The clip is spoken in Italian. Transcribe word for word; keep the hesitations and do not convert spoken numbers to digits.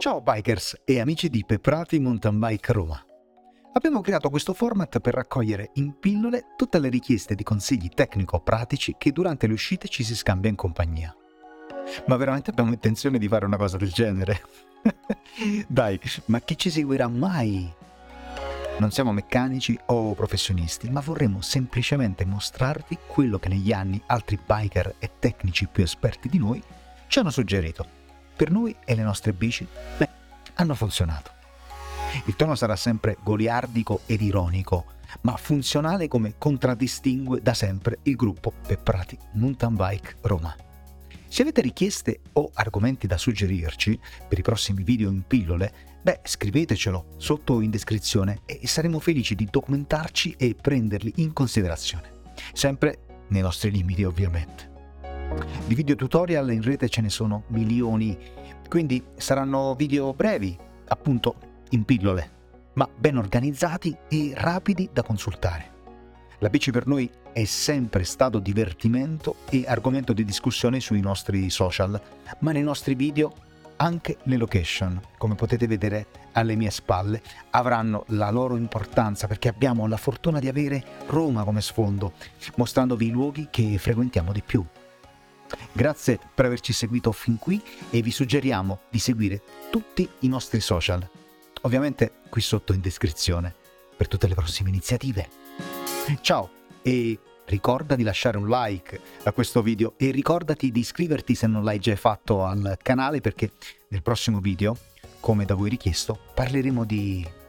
Ciao bikers e amici di Peprati Mountain Bike Roma. Abbiamo creato questo format per raccogliere in pillole tutte le richieste di consigli tecnico-pratici che durante le uscite ci si scambia in compagnia. Ma veramente abbiamo intenzione di fare una cosa del genere? Dai, ma chi ci seguirà mai? Non siamo meccanici o professionisti, ma vorremmo semplicemente mostrarvi quello che negli anni altri biker e tecnici più esperti di noi ci hanno suggerito. Per noi e le nostre bici, beh, hanno funzionato. Il tono sarà sempre goliardico ed ironico, ma funzionale come contraddistingue da sempre il gruppo Peprati Mountain Bike Roma. Se avete richieste o argomenti da suggerirci per i prossimi video in pillole, beh, scrivetecelo sotto in descrizione e saremo felici di documentarci e prenderli in considerazione. Sempre nei nostri limiti, ovviamente. Di video tutorial in rete ce ne sono milioni, quindi saranno video brevi, appunto in pillole, ma ben organizzati e rapidi da consultare. La bici per noi è sempre stato divertimento e argomento di discussione sui nostri social, ma nei nostri video anche le location, come potete vedere alle mie spalle, avranno la loro importanza perché abbiamo la fortuna di avere Roma come sfondo, mostrandovi i luoghi che frequentiamo di più. Grazie per averci seguito fin qui e vi suggeriamo di seguire tutti i nostri social, ovviamente qui sotto in descrizione, per tutte le prossime iniziative. Ciao e ricorda di lasciare un like a questo video e ricordati di iscriverti se non l'hai già fatto al canale perché nel prossimo video, come da voi richiesto, parleremo di